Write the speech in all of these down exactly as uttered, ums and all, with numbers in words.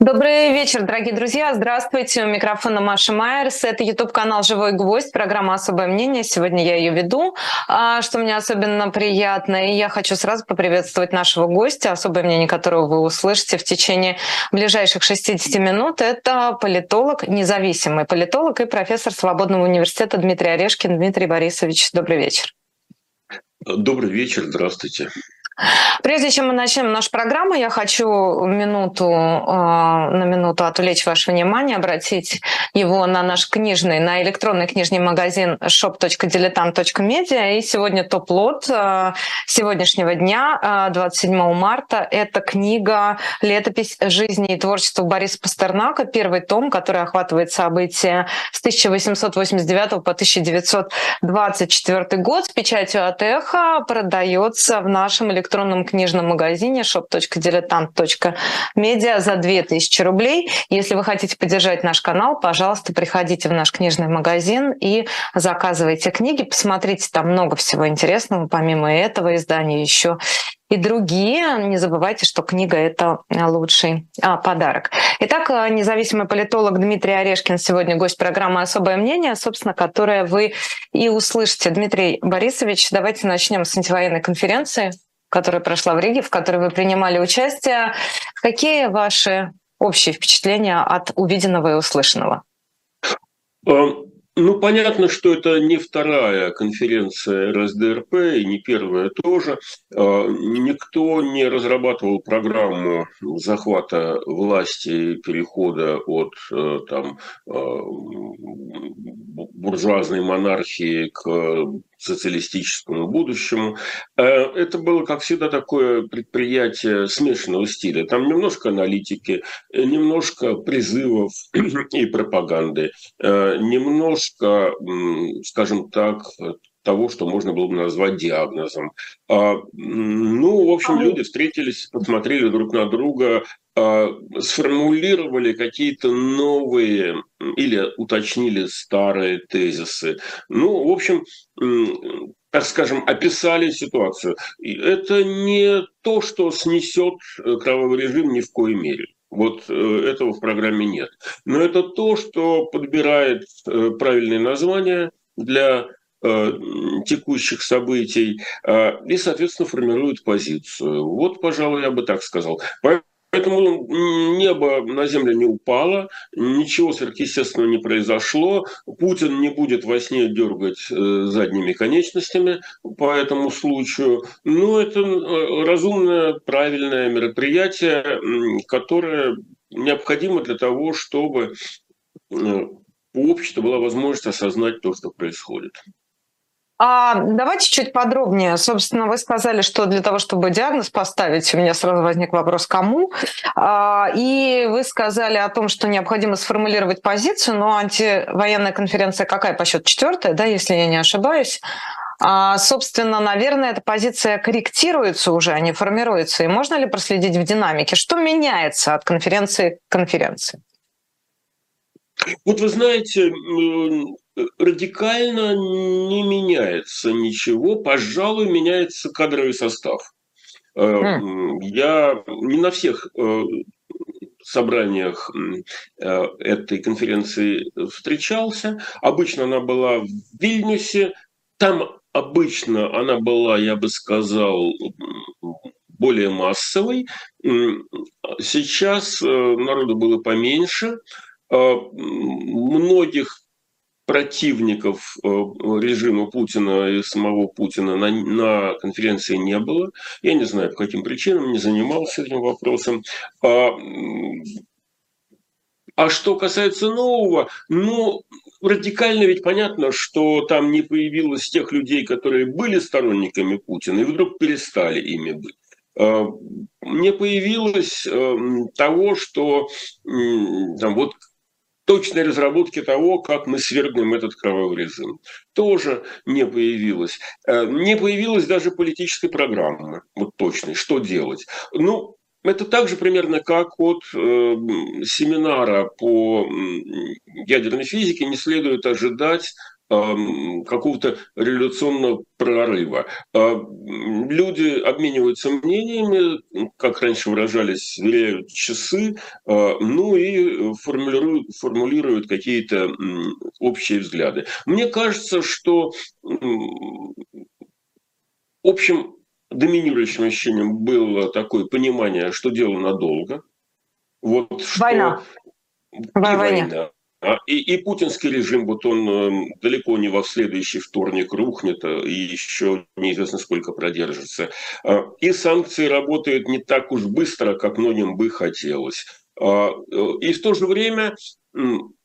Добрый вечер, дорогие друзья. Здравствуйте. У микрофона Маша Майерс. Это YouTube-канал «Живой гвоздь», программа «Особое мнение». Сегодня я ее веду, а, что мне особенно приятно. И я хочу сразу поприветствовать нашего гостя, особое мнение которого вы услышите в течение ближайших шестидесяти минут. Это политолог, независимый политолог и профессор Свободного университета Дмитрий Орешкин. Дмитрий Борисович, добрый вечер. Добрый вечер, здравствуйте. Прежде чем мы начнем нашу программу, я хочу минуту, на минуту отвлечь ваше внимание, обратить его на наш книжный, на электронный книжный магазин шоп точка дилетант точка медиа. И сегодня топ-лот сегодняшнего дня, двадцать седьмого марта, это книга «Летопись жизни и творчества Бориса Пастернака», первый том, который охватывает события с тысяча восемьсот восемьдесят девятого по тысяча девятьсот двадцать четвёртый год, с печатью от «Эхо», продается в нашем электронном электронном книжном магазине шоп точка дилетант точка медиа за две тысячи рублей. Если вы хотите поддержать наш канал, пожалуйста, приходите в наш книжный магазин и заказывайте книги. Посмотрите, там много всего интересного. Помимо этого издания еще и другие. Не забывайте, что книга — это лучший а, подарок. Итак, независимый политолог Дмитрий Орешкин сегодня гость программы «Особое мнение», собственно, которое вы и услышите. Дмитрий Борисович, давайте начнем с антивоенной конференции, которая прошла в Риге, в которой вы принимали участие. Какие ваши общие впечатления от увиденного и услышанного? Ну, понятно, что это не вторая конференция эр эс дэ эр пэ и не первая тоже. Никто не разрабатывал программу захвата власти, перехода от там, буржуазной монархии к социалистическому будущему. Это было, как всегда, такое предприятие смешанного стиля. Там немножко аналитики, немножко призывов и пропаганды, немножко, скажем так, того, что можно было бы назвать диагнозом. Ну, в общем, люди встретились, посмотрели друг на друга, сформулировали какие-то новые или уточнили старые тезисы. Ну, в общем, так скажем, описали ситуацию. И это не то, что снесет кровавый режим ни в коей мере. Вот этого в программе нет. Но это то, что подбирает правильные названия для текущих событий и, соответственно, формирует позицию. Вот, пожалуй, я бы так сказал. Поэтому небо на землю не упало, ничего сверхъестественного не произошло. Путин не будет во сне дергать задними конечностями по этому случаю. Но это разумное, правильное мероприятие, которое необходимо для того, чтобы у общества была возможность осознать то, что происходит. А давайте чуть подробнее. Собственно, вы сказали, что для того, чтобы диагноз поставить, у меня сразу возник вопрос, кому. И вы сказали о том, что необходимо сформулировать позицию, но антивоенная конференция какая по счету? Четвертая, да, если я не ошибаюсь. А, собственно, наверное, эта позиция корректируется уже, а не формируется. И можно ли проследить в динамике? Что меняется от конференции к конференции? Вот вы знаете, радикально не меняется ничего. Пожалуй, меняется кадровый состав. Mm. Я не на всех собраниях этой конференции встречался. Обычно она была в Вильнюсе. Там обычно она была, я бы сказал, более массовой. Сейчас народу было поменьше. Многих противников режима Путина и самого Путина на, на конференции не было. Я не знаю, по каким причинам, не занимался этим вопросом. А, а что касается нового, ну, радикально ведь понятно, что там не появилось тех людей, которые были сторонниками Путина, и вдруг перестали ими быть. Не появилось того, что там вот точной разработки того, как мы свергнем этот кровавый режим, тоже не появилось. Не появилась даже политической программы, вот точной, что делать. Ну, это так же примерно как от э, семинара по ядерной физике не следует ожидать какого-то революционного прорыва. Люди обмениваются мнениями, как раньше выражались, сверяют часы, ну и формулируют, формулируют какие-то общие взгляды. Мне кажется, что общим доминирующим ощущением было такое понимание, что дело надолго. Вот Война. Что... И война. война. И, и путинский режим, вот он э, далеко не во следующий вторник рухнет, и еще неизвестно сколько продержится. Э, и санкции работают не так уж быстро, как многим бы хотелось. Э, и в то же время, э,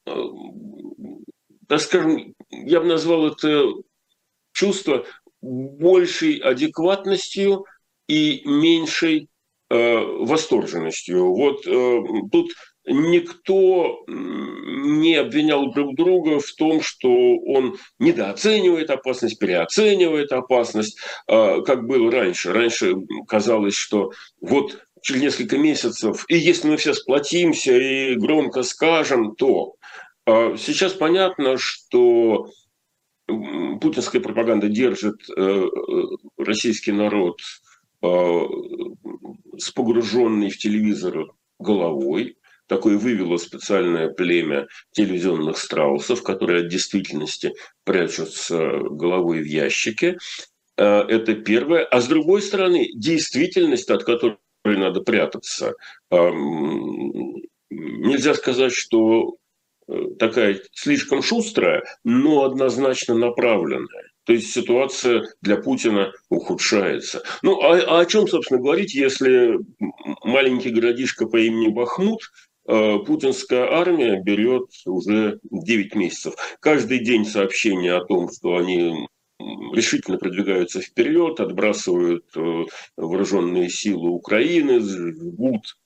так скажем, я бы назвал это чувство большей адекватностью и меньшей э, восторженностью. Вот э, тут никто не обвинял друг друга в том, что он недооценивает опасность, переоценивает опасность, э, как было раньше. Раньше казалось, что вот через несколько месяцев, и если мы все сплотимся и громко скажем, то э, сейчас понятно, что путинская пропаганда держит э, российский народ э, с погруженной в телевизор головой. Такое вывело специальное племя телевизионных страусов, которые от действительности прячутся головой в ящике. Э, это первое. А с другой стороны, действительность, от которой надо прятаться, э, нельзя сказать, что такая слишком шустрая, но однозначно направленная. То есть ситуация для Путина ухудшается. Ну, а, а о чем, собственно, говорить, если маленький городишко по имени Бахмут э, путинская армия берет уже девять месяцев. Каждый день сообщения о том, что они решительно продвигаются вперед, отбрасывают э, вооруженные силы Украины, жгут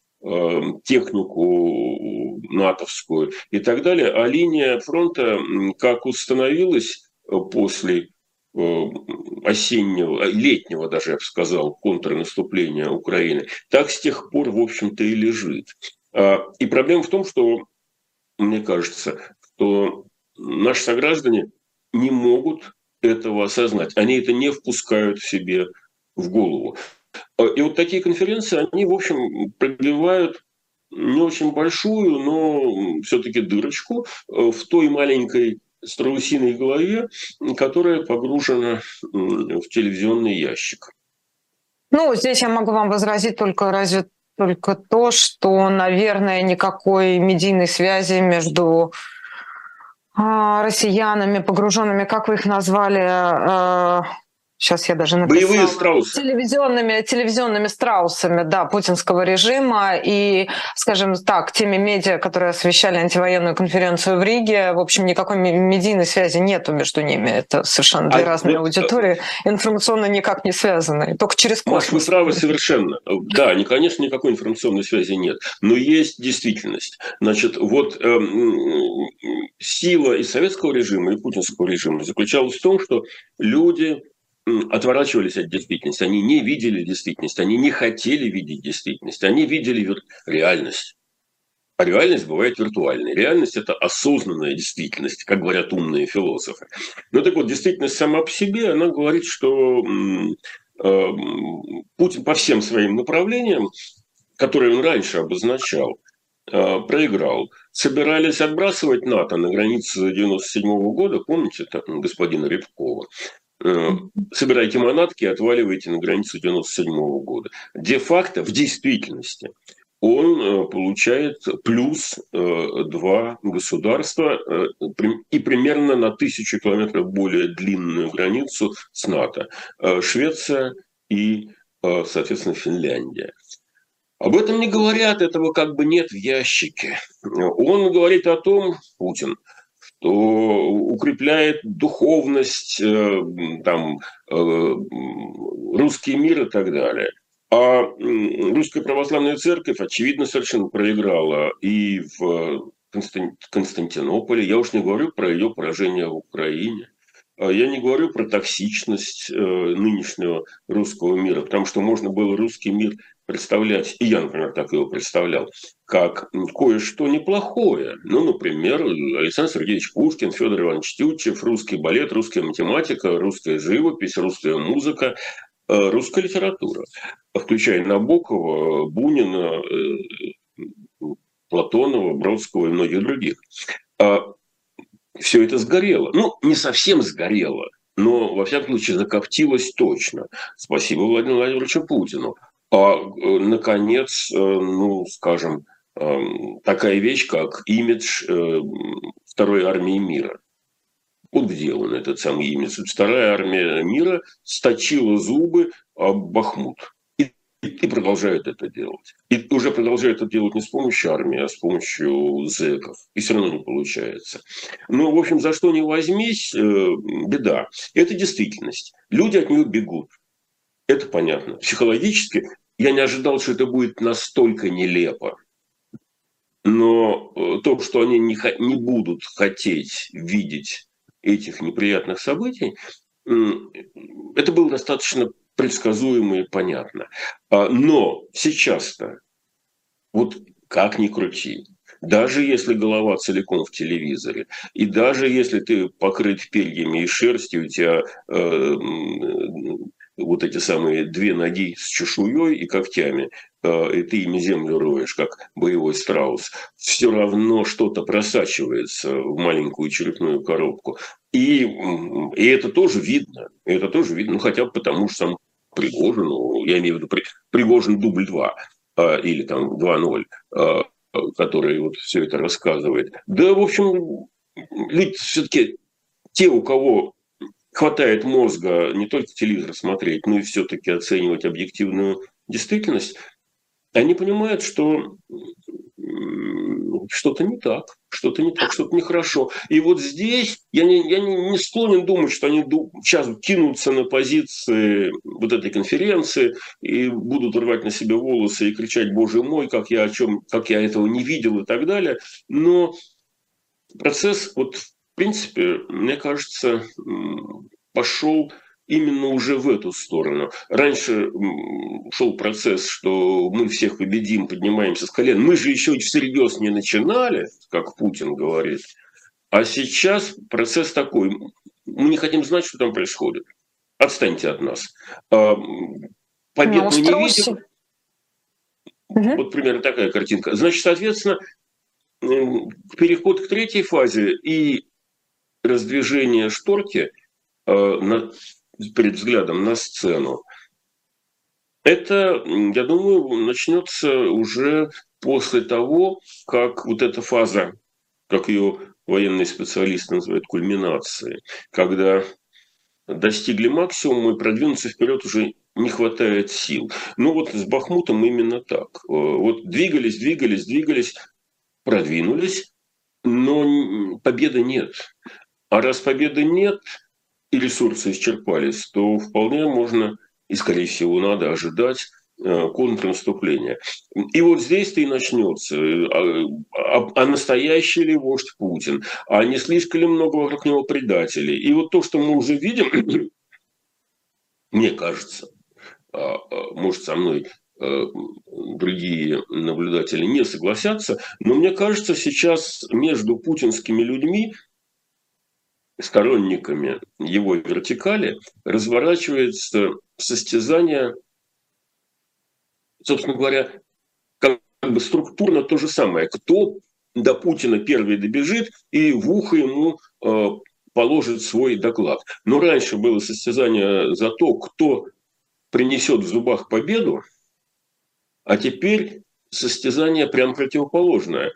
технику натовскую и так далее. А линия фронта, как установилась после осеннего, летнего даже, я бы сказал, контрнаступления Украины, так с тех пор, в общем-то, и лежит. И проблема в том, что, мне кажется, что наши сограждане не могут этого осознать. Они это не впускают в себе в голову. И вот такие конференции, они, в общем, пробивают не очень большую, но все-таки дырочку в той маленькой страусиной голове, которая погружена в телевизионный ящик. Ну, здесь я могу вам возразить только разве только то, что, наверное, никакой медийной связи между россиянами, погруженными, как вы их назвали, сейчас я даже написала. Боевые страусы. Телевизионными, телевизионными страусами, да, путинского режима и, скажем так, теми медиа, которые освещали антивоенную конференцию в Риге. В общем, никакой медийной связи нету между ними. Это совершенно две а разные вот, аудитории, информационно никак не связанные, только через космос. Маш, вы правы совершенно. Да, не, конечно, никакой информационной связи нет, но есть действительность. Значит, вот эм, сила и советского режима, и путинского режима заключалась в том, что люди отворачивались от действительности, они не видели действительность, они не хотели видеть действительность, они видели реальность. А реальность бывает виртуальной. Реальность – это осознанная действительность, как говорят умные философы. Ну так вот, действительность сама по себе, она говорит, что э, Путин по всем своим направлениям, которые он раньше обозначал, э, проиграл. Собирались отбрасывать НАТО на границе девяносто седьмого года, помните господина Рябкова? Собирайте манатки и отваливайте на границу девяносто седьмого года. Де-факто, в действительности, он получает плюс два государства и примерно на тысячу километров более длинную границу с НАТО. Швеция и, соответственно, Финляндия. Об этом не говорят, этого как бы нет в ящике. Он говорит о том, Путин, что укрепляет духовность, там, русский мир и так далее. А Русская Православная Церковь, очевидно, совершенно проиграла и в Константинополе. Я уж не говорю про ее поражение в Украине. Я не говорю про токсичность нынешнего русского мира, потому что можно было русский мир представлять, и я, например, так его представлял, как кое-что неплохое. Ну, например, Александр Сергеевич Пушкин, Федор Иванович Тютчев, русский балет, русская математика, русская живопись, русская музыка, русская литература, включая Набокова, Бунина, Платонова, Бродского и многих других. Все это сгорело. Ну, не совсем сгорело, но, во всяком случае, закоптилось точно. Спасибо Владимиру Владимировичу Путину. А, наконец, ну, скажем, такая вещь, как имидж Второй армии мира. Вот где он, этот самый имидж. Вторая армия мира сточила зубы об Бахмут. И продолжают это делать. И уже продолжают это делать не с помощью армии, а с помощью зэков. И все равно не получается. Ну, в общем, за что ни возьмись, беда. Это действительность. Люди от нее бегут. Это понятно. Психологически я не ожидал, что это будет настолько нелепо. Но то, что они не, не будут хотеть видеть этих неприятных событий, это было достаточно предсказуемо и понятно. Но сейчас-то, вот как ни крути, даже если голова целиком в телевизоре, и даже если ты покрыт перьями и шерстью, у тебя э, вот эти самые две ноги с чешуей и когтями, э, и ты ими землю роешь, как боевой страус, все равно что-то просачивается в маленькую черепную коробку. И, и это тоже видно. Это тоже видно, ну, хотя бы потому, что сам Пригожин, ну, я имею в виду Пригожин дубль два а, или там два ноль, а, который вот все это рассказывает. Да, в общем, ведь все-таки те, у кого хватает мозга не только телевизор смотреть, но и все-таки оценивать объективную действительность, они понимают, что что-то не так, что-то не так, что-то нехорошо. И вот здесь я не, я не, не склонен думать, что они сейчас кинутся на позиции вот этой конференции и будут рвать на себе волосы и кричать: «Боже мой, как я, о чем, как я этого не видел» и так далее. Но процесс, вот, в принципе, мне кажется, пошел именно уже в эту сторону. Раньше шел процесс, что мы всех победим, поднимаемся с колен. Мы же еще всерьез не начинали, как Путин говорит. А сейчас процесс такой. Мы не хотим знать, что там происходит. Отстаньте от нас. Побед мы не видим. Угу. Вот примерно такая картинка. Значит, соответственно, переход к третьей фазе и раздвижение шторки на перед взглядом на сцену, это, я думаю, начнется уже после того, как вот эта фаза, как ее военные специалисты называют, кульминации, когда достигли максимума и продвинуться вперед уже не хватает сил. Ну вот с Бахмутом именно так. Вот двигались, двигались, двигались, продвинулись, но победы нет. А раз победы нет, и ресурсы исчерпались, то вполне можно, и скорее всего надо ожидать контрнаступления. И вот здесь-то и начнется. А, а, а настоящий ли вождь Путин? А не слишком ли много вокруг него предателей? И вот то, что мы уже видим, мне кажется, может, со мной другие наблюдатели не согласятся, но мне кажется, сейчас между путинскими людьми, сторонниками его вертикали, разворачивается состязание, собственно говоря, как бы структурно то же самое. Кто до Путина первый добежит и в ухо ему э, положит свой доклад. Но раньше было состязание за то, кто принесет в зубах победу, а теперь состязание прям противоположное.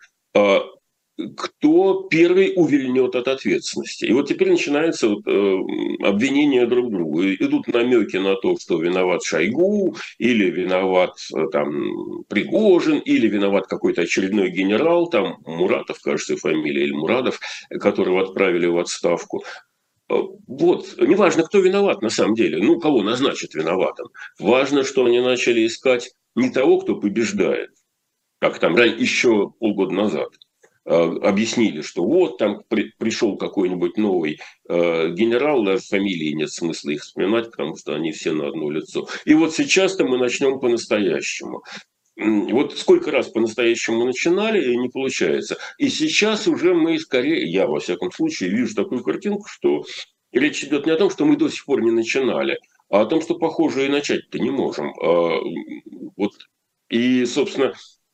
Кто первый увильнет от ответственности. И вот теперь начинается вот, э, обвинение друг другу. Идут намеки на то, что виноват Шойгу, или виноват э, там, Пригожин, или виноват какой-то очередной генерал, там Муратов, кажется, фамилия, или Мурадов, которого отправили в отставку. Вот, неважно, кто виноват на самом деле, ну, кого назначат виноватым. Важно, что они начали искать не того, кто побеждает, как там еще полгода назад, объяснили, что вот там при, пришел какой-нибудь новый э, генерал, даже фамилии нет смысла их вспоминать, потому что они все на одно лицо. И вот сейчас-то мы начнем по-настоящему. Вот сколько раз по-настоящему начинали, и не получается. И сейчас уже мы скорее, я во всяком случае, вижу такую картинку, что речь идет не о том, что мы до сих пор не начинали, а о том, что, похоже, и начать-то не можем. А, вот. И, собственно,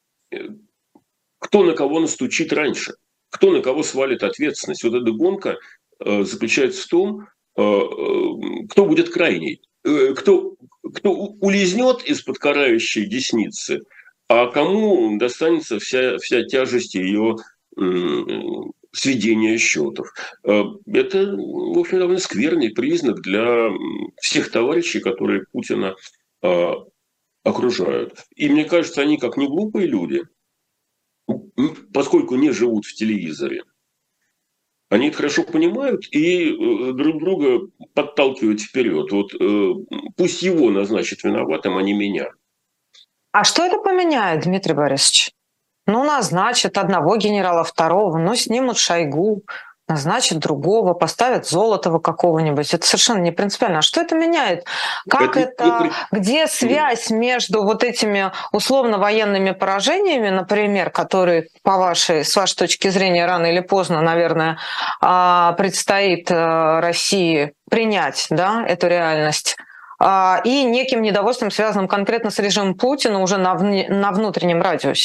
кто на кого настучит раньше, кто на кого свалит ответственность. Вот эта гонка э, заключается в том, э, э, кто будет крайний, э, кто, кто улизнет из-под карающей десницы, а кому достанется вся, вся тяжесть ее э, сведения счетов. Э, это, в общем, довольно скверный признак для всех товарищей, которые Путина э, окружают. И мне кажется, они, как не глупые люди, поскольку не живут в телевизоре, они это хорошо понимают и друг друга подталкивают вперед. Вот пусть его назначат виноватым, а не меня. А что это поменяет, Дмитрий Борисович? Ну, назначат одного генерала, второго, ну, снимут Шойгу, назначат другого, поставят Золотого какого-нибудь. Это совершенно не принципиально. А что это меняет? Как это, это... где связь между вот этими условно-военными поражениями, например, которые, по вашей, с вашей точки зрения, рано или поздно, наверное, предстоит России принять, да, эту реальность, и неким недовольством, связанным конкретно с режимом Путина уже на, вне, на внутреннем радиусе?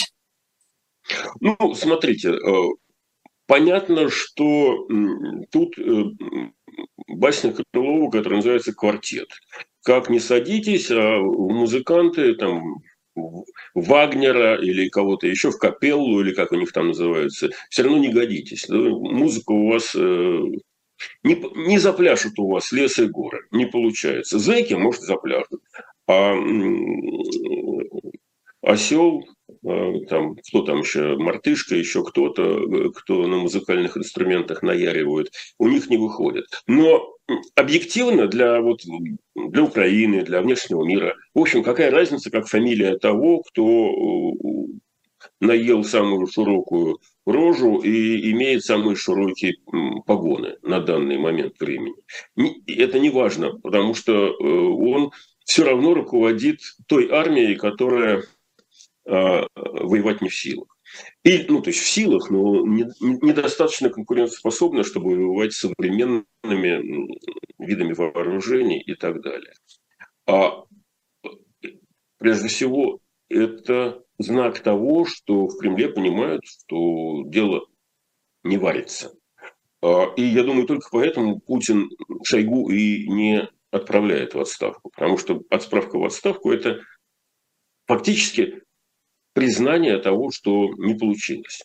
Ну, смотрите, понятно, что тут басня Крылова, которая называется «Квартет». Как не садитесь, а музыканты там Вагнера или кого-то еще в капеллу, или как у них там называются, все равно не годитесь. Музыка у вас не, не запляшут у вас лес и горы, не получается. Зэки, может, запляшут, а осел, там, кто там еще, мартышка, еще кто-то, кто на музыкальных инструментах наяривает, у них не выходит. Но объективно для, вот, для Украины, для внешнего мира, в общем, какая разница, как фамилия того, кто наел самую широкую рожу и имеет самые широкие погоны на данный момент времени. Это не важно, потому что он все равно руководит той армией, которая воевать не в силах. И, ну, то есть в силах, но недостаточно конкурентоспособна, чтобы воевать с современными видами вооружений и так далее. А прежде всего, это знак того, что в Кремле понимают, что дело не варится. И я думаю, только поэтому Путин Шойгу и не отправляет в отставку. Потому что отправка в отставку – это фактически признание того, что не получилось.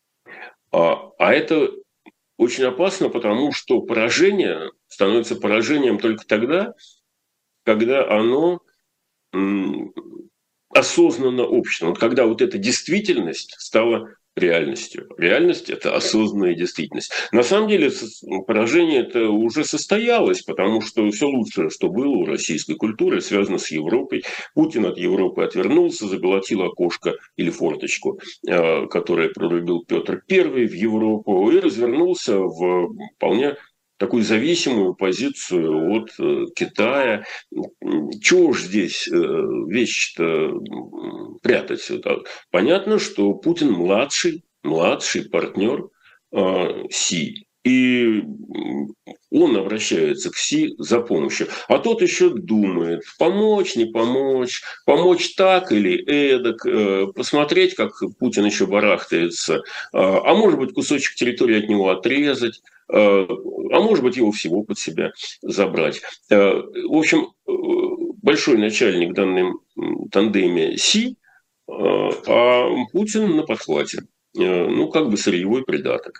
А, а это очень опасно, потому что поражение становится поражением только тогда, когда оно м, осознанно общественно. Вот когда вот эта действительность стала реальностью. Реальность – это осознанная действительность. На самом деле поражение это уже состоялось, потому что все лучшее, что было у российской культуры, связано с Европой. Путин от Европы отвернулся, заглотил окошко или форточку, которое прорубил Петр Первый в Европу, и развернулся в вполне такую зависимую позицию от Китая. Чего ж здесь вещи-то прятать? Понятно, что Путин младший, младший партнер Си. И он обращается к Си за помощью. А тот еще думает, помочь, не помочь, помочь так или эдак, посмотреть, как Путин еще барахтается, а может быть, кусочек территории от него отрезать, а может быть, его всего под себя забрать. В общем, большой начальник в данном тандеме Си, а Путин на подхвате. Ну, как бы сырьевой придаток.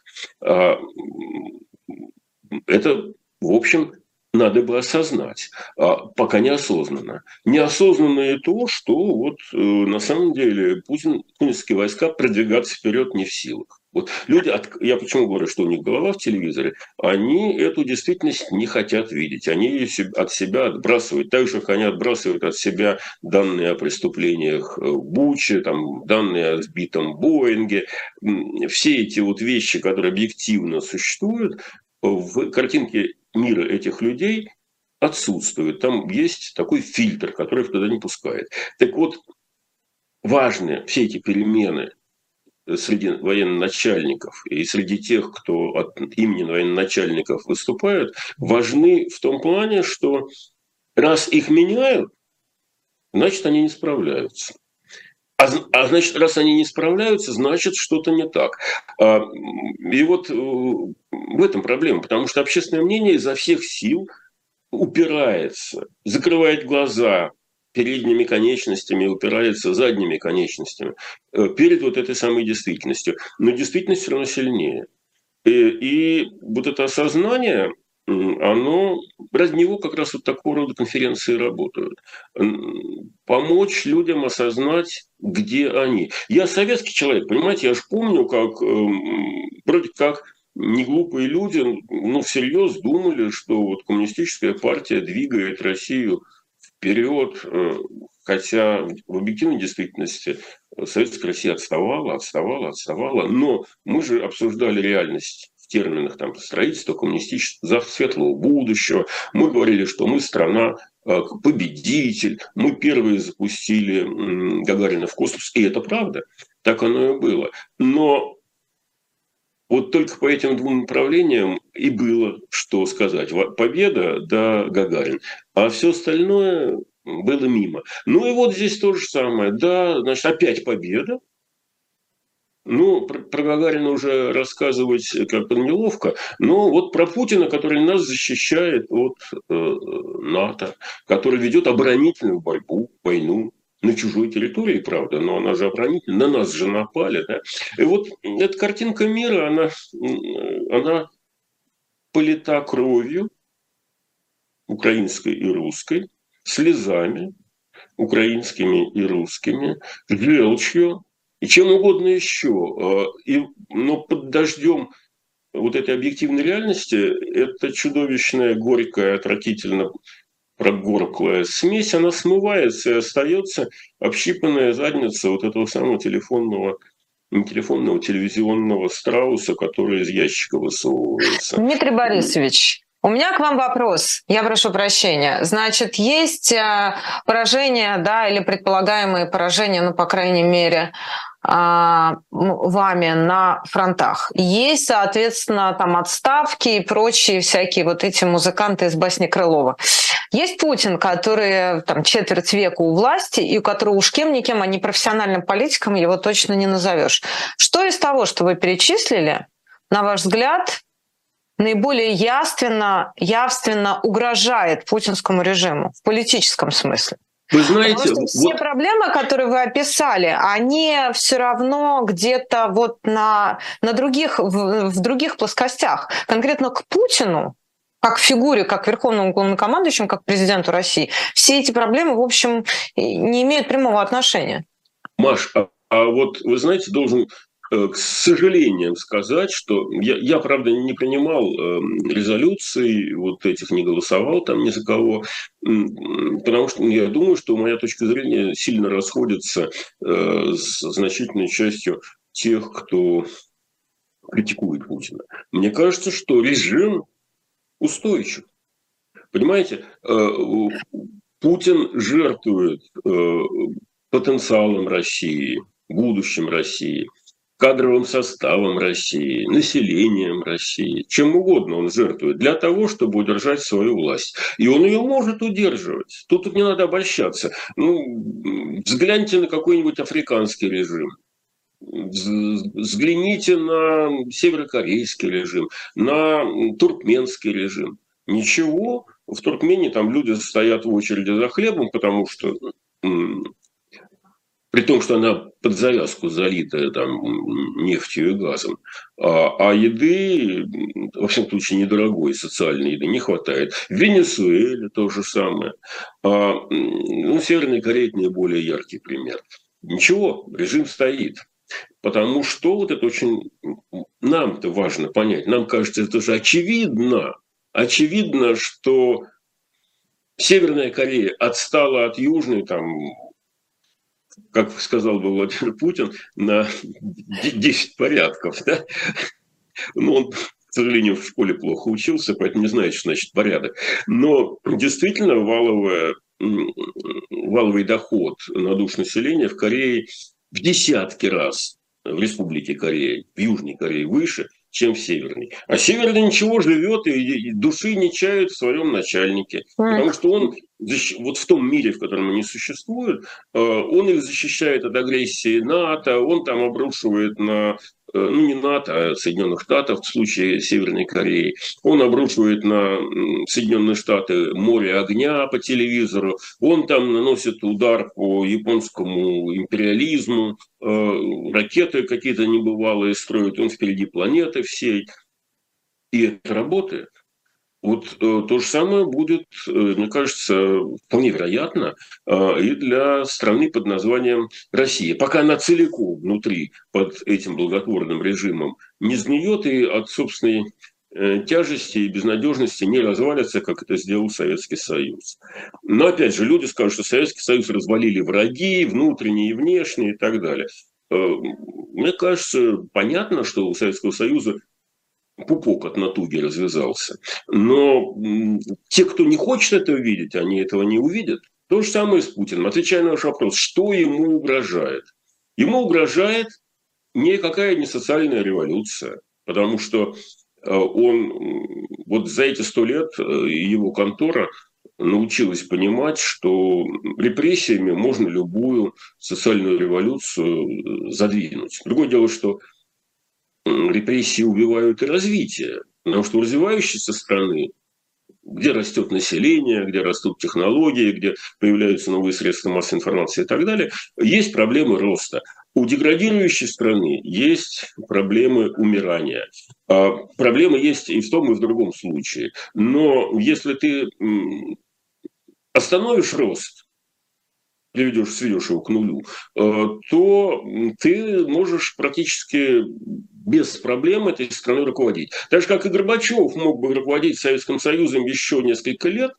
Это, в общем, надо бы осознать, пока неосознанно. Неосознанно и то, что вот на самом деле Путин, путинские войска продвигаться вперед не в силах. Вот люди, от, я почему говорю, что у них голова в телевизоре, они эту действительность не хотят видеть. Они ее от себя отбрасывают. Так же, как они отбрасывают от себя данные о преступлениях в Буче, там, данные о сбитом Боинге. Все эти вот вещи, которые объективно существуют, в картинке мира этих людей отсутствуют. Там есть такой фильтр, который их туда не пускает. Так вот, важны все эти перемены среди военачальников и среди тех, кто от имени военачальников выступают, важны в том плане, что раз их меняют, значит, они не справляются. А, а значит, раз они не справляются, значит, что-то не так. А, и вот в этом проблема, потому что общественное мнение изо всех сил упирается, закрывает глаза передними конечностями, упирается задними конечностями перед вот этой самой действительностью. Но действительность все равно сильнее. И, и вот это осознание, оно, ради него как раз вот такого рода конференции работают. Помочь людям осознать, где они. Я советский человек, понимаете, я же помню, как вроде как неглупые люди, ну, всерьез думали, что вот коммунистическая партия двигает Россию вперед, хотя в объективной действительности советская Россия отставала, отставала, отставала. Но мы же обсуждали реальность в терминах там, строительства коммунистического, светлого будущего. Мы говорили, что мы страна победитель, мы первые запустили Гагарина в космос. И это правда, так оно и было. Но вот только по этим двум направлениям и было что сказать. Победа, да, Гагарин. А все остальное было мимо. Ну и вот здесь то же самое. Да, значит, опять победа. Ну, про, про Гагарина уже рассказывать как-то неловко. Но вот про Путина, который нас защищает от э, НАТО, который ведет оборонительную борьбу, войну. На чужой территории, правда, но она же оборонительная, на нас же напали. Да? И вот эта картинка мира, она, она полита кровью украинской и русской, слезами украинскими и русскими, желчью и чем угодно еще. И, но под дождем вот этой объективной реальности это чудовищная, горькая, отвратительно прогорклая смесь, она смывается и остается общипанная задница вот этого самого телефонного, не телефонного, телевизионного страуса, который из ящика высовывается. Дмитрий Борисович, у меня к вам вопрос. Я прошу прощения. Значит, есть поражение, да, или предполагаемые поражения, ну, по крайней мере, вами на фронтах. Есть, соответственно, там отставки и прочие всякие вот эти музыканты из басни Крылова. Есть Путин, который там четверть века у власти, и у которого уж кем-никем, а не профессиональным политиком его точно не назовешь. Что из того, что вы перечислили, на ваш взгляд, наиболее явственно, явственно угрожает путинскому режиму в политическом смысле? Вы знаете, Потому что все вот... проблемы, которые вы описали, они все равно где-то вот на, на других, в, в других плоскостях. Конкретно к Путину, как фигуре, как верховному главнокомандующему, как президенту России, все эти проблемы, в общем, не имеют прямого отношения. Маш, а, а вот вы знаете, должен к сожалению сказать, что я, я, правда, не принимал э, резолюций, вот этих не голосовал там ни за кого, потому что я думаю, что моя точка зрения сильно расходится э, с значительной частью тех, кто критикует Путина. Мне кажется, что режим устойчив. Понимаете, э, Путин жертвует э, потенциалом России, будущим России, кадровым составом России, населением России, чем угодно он жертвует для того, чтобы удержать свою власть. И он ее может удерживать. Тут, тут не надо обольщаться. Ну, взгляните на какой-нибудь африканский режим. Взгляните на северокорейский режим, на туркменский режим. Ничего, в Туркмении там люди стоят в очереди за хлебом, потому что... При том, что она под завязку залита там, нефтью и газом. А, а еды, во всяком случае, недорогой социальной еды не хватает. В Венесуэле то же самое. А, ну, Северная Корея – это наиболее яркий пример. Ничего, режим стоит. Потому что вот это очень нам-то важно понять. Нам кажется, это же очевидно. Очевидно, что Северная Корея отстала от Южной, там, как сказал бы Владимир Путин, на десять порядков. Да? Ну, он, к сожалению, в школе плохо учился, поэтому не знает, что значит порядок. Но действительно валовая, валовый доход на душу населения в Корее в десятки раз в Республике Корея, в Южной Корее выше, чем в Северной. А Северный ничего, живет и души не чает в своем начальнике. Потому что он вот в том мире, в котором они существуют, он их защищает от агрессии НАТО, он там обрушивает на, ну не НАТО, а Соединенных Штатов в случае Северной Кореи, он обрушивает на Соединенные Штаты море огня по телевизору, он там наносит удар по японскому империализму, ракеты какие-то небывалые строит, он впереди планеты всей, и это работает. Вот э, то же самое будет, э, мне кажется, вполне вероятно э, и для страны под названием Россия. Пока она целиком внутри под этим благотворным режимом не сгниет и от собственной э, тяжести и безнадежности не развалится, как это сделал Советский Союз. Но опять же, люди скажут, что Советский Союз развалили враги, внутренние и внешние и так далее. Э, мне кажется, понятно, что у Советского Союза пупок от натуги развязался. Но те, кто не хочет этого видеть, они этого не увидят. То же самое с Путиным. Отвечая на ваш вопрос, что ему угрожает? Ему угрожает никакая не социальная революция, потому что он вот за эти сто лет его контора научилась понимать, что репрессиями можно любую социальную революцию задвинуть. Другое дело, что репрессии убивают и развитие. Потому что у развивающейся страны, где растет население, где растут технологии, где появляются новые средства массовой информации и так далее, есть проблемы роста. У деградирующей страны есть проблемы умирания. А проблемы есть и в том, и в другом случае. Но если ты остановишь рост, приведешь, сведешь его к нулю, то ты можешь практически без проблем этой страной руководить. Так же, как и Горбачев мог бы руководить Советским Союзом еще несколько лет,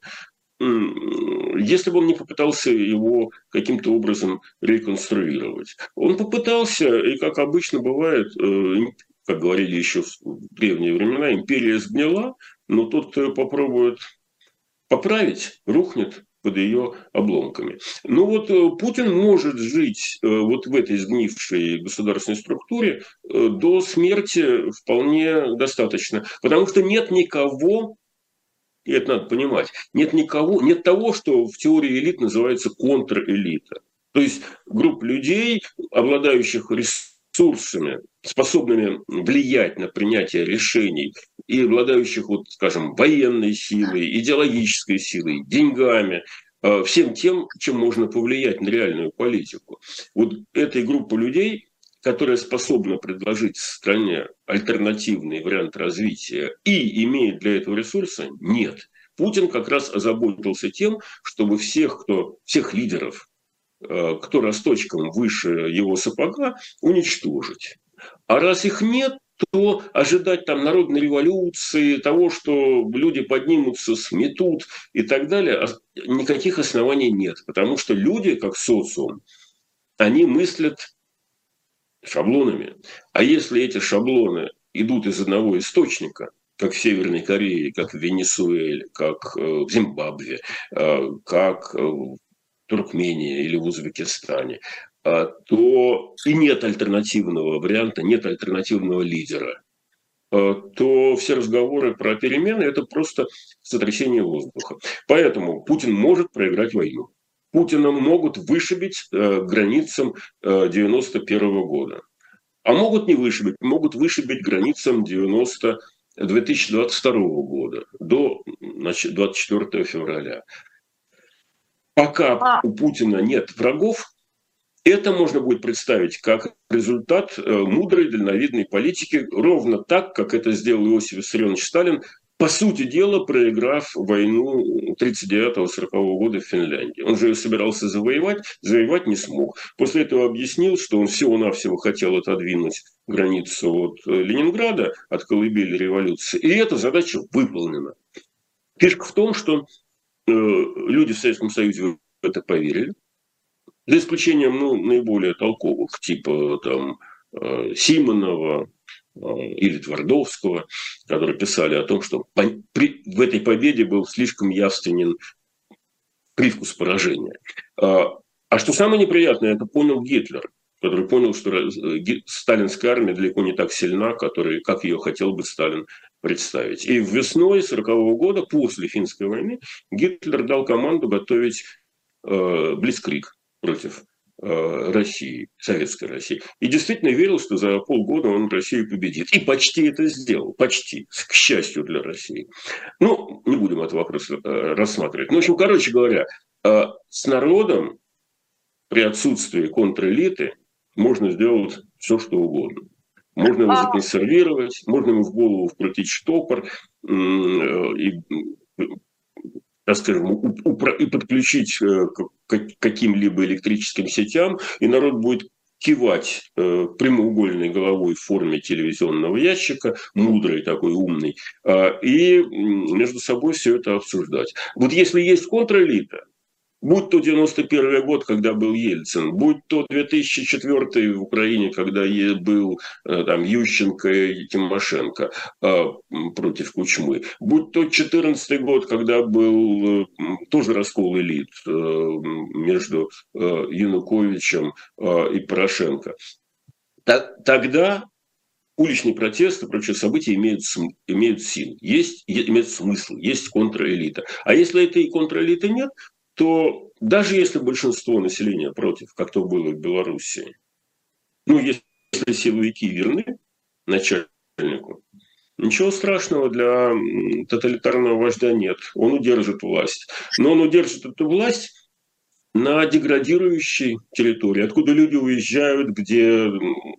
если бы он не попытался его каким-то образом реконструировать. Он попытался, и, как обычно бывает, как говорили еще в древние времена, империя сгнила, но тот, кто ее попробует поправить, рухнет под ее обломками. Ну вот Путин может жить вот в этой сгнившей государственной структуре до смерти вполне достаточно, потому что нет никого, и это надо понимать, нет никого, нет того, что в теории элит называется контрэлита. То есть группа людей, обладающих ресурсами, способными влиять на принятие решений и обладающих, вот, скажем, военной силой, идеологической силой, деньгами, всем тем, чем можно повлиять на реальную политику. Вот этой группы людей, которая способна предложить стране альтернативный вариант развития и имеет для этого ресурсы, нет. Путин как раз озаботился тем, чтобы всех, кто, всех лидеров, кто росточком выше его сапога, уничтожить. А раз их нет, то ожидать там народной революции, того, что люди поднимутся, сметут и так далее, никаких оснований нет. Потому что люди, как социум, они мыслят шаблонами. А если эти шаблоны идут из одного источника, как в Северной Корее, как в Венесуэле, как в Зимбабве, как в Туркмении или в Узбекистане, то и нет альтернативного варианта, нет альтернативного лидера, то все разговоры про перемены – это просто сотрясение воздуха. Поэтому Путин может проиграть войну. Путина могут вышибить к границам девяносто первого года. А могут не вышибить, могут вышибить границам девяносто две тысячи двадцать второго года до значит, двадцать четвёртого февраля. Пока у Путина нет врагов, это можно будет представить как результат мудрой, дальновидной политики, ровно так, как это сделал Иосиф Виссарионович Сталин по сути дела, проиграв войну тридцать девятого сорокового года в Финляндии. Он же ее собирался завоевать, завоевать не смог. После этого объяснил, что он всего-навсего хотел отодвинуть границу от Ленинграда, от колыбели революции, и эта задача выполнена. Фишка в том, что э, люди в Советском Союзе в это поверили, за исключением ну, наиболее толковых, типа там, э, Симонова, или Твардовского, которые писали о том, что при, в этой победе был слишком явственен привкус поражения. А, а что самое неприятное, это понял Гитлер, который понял, что сталинская армия далеко не так сильна, который, как ее хотел бы Сталин представить. И весной сорокового года, после финской войны, Гитлер дал команду готовить э, блицкриг против России, Советской России. И действительно верил, что за полгода он Россию победит. И почти это сделал. Почти. К счастью для России. Ну, не будем этот вопрос рассматривать. Ну, в общем, короче говоря, с народом при отсутствии контрэлиты можно сделать все, что угодно. Можно его законсервировать, можно ему в голову вкрутить штопор и, так скажем, и подключить к каким-либо электрическим сетям, и народ будет кивать прямоугольной головой в форме телевизионного ящика, мудрый такой, умный, и между собой все это обсуждать. Вот если есть контрэлита, будь то девяносто первый год, когда был Ельцин, будь то две тысячи четвёртый в Украине, когда был там, Ющенко и Тимошенко э, против Кучмы, будь то две тысячи четырнадцатый год, когда был э, тоже раскол элит э, между э, Януковичем э, и Порошенко, так, тогда уличные протесты, прочие события имеют, имеют силу, есть, имеют смысл, есть контрэлита. А если этой контрэлиты нет, то даже если большинство населения против, как то было в Белоруссии, ну, если силовики верны начальнику, ничего страшного для тоталитарного вождя нет. Он удержит власть. Но он удержит эту власть на деградирующей территории, откуда люди уезжают, где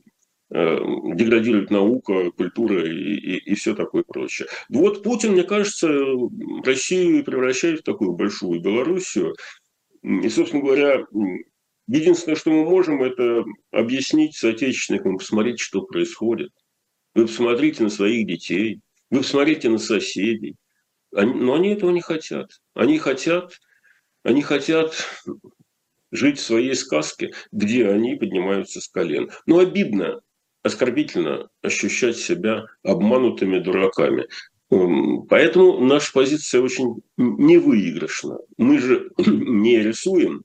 деградирует наука, культура и, и, и все такое прочее. Вот Путин, мне кажется, Россию превращает в такую большую Белоруссию. И, собственно говоря, единственное, что мы можем, это объяснить соотечественникам, посмотреть, что происходит. Вы посмотрите на своих детей, вы посмотрите на соседей. Они, но они этого не хотят. Они хотят, они хотят жить в своей сказке, где они поднимаются с колен. Но обидно, оскорбительно ощущать себя обманутыми дураками. Поэтому наша позиция очень невыигрышна. Мы же не рисуем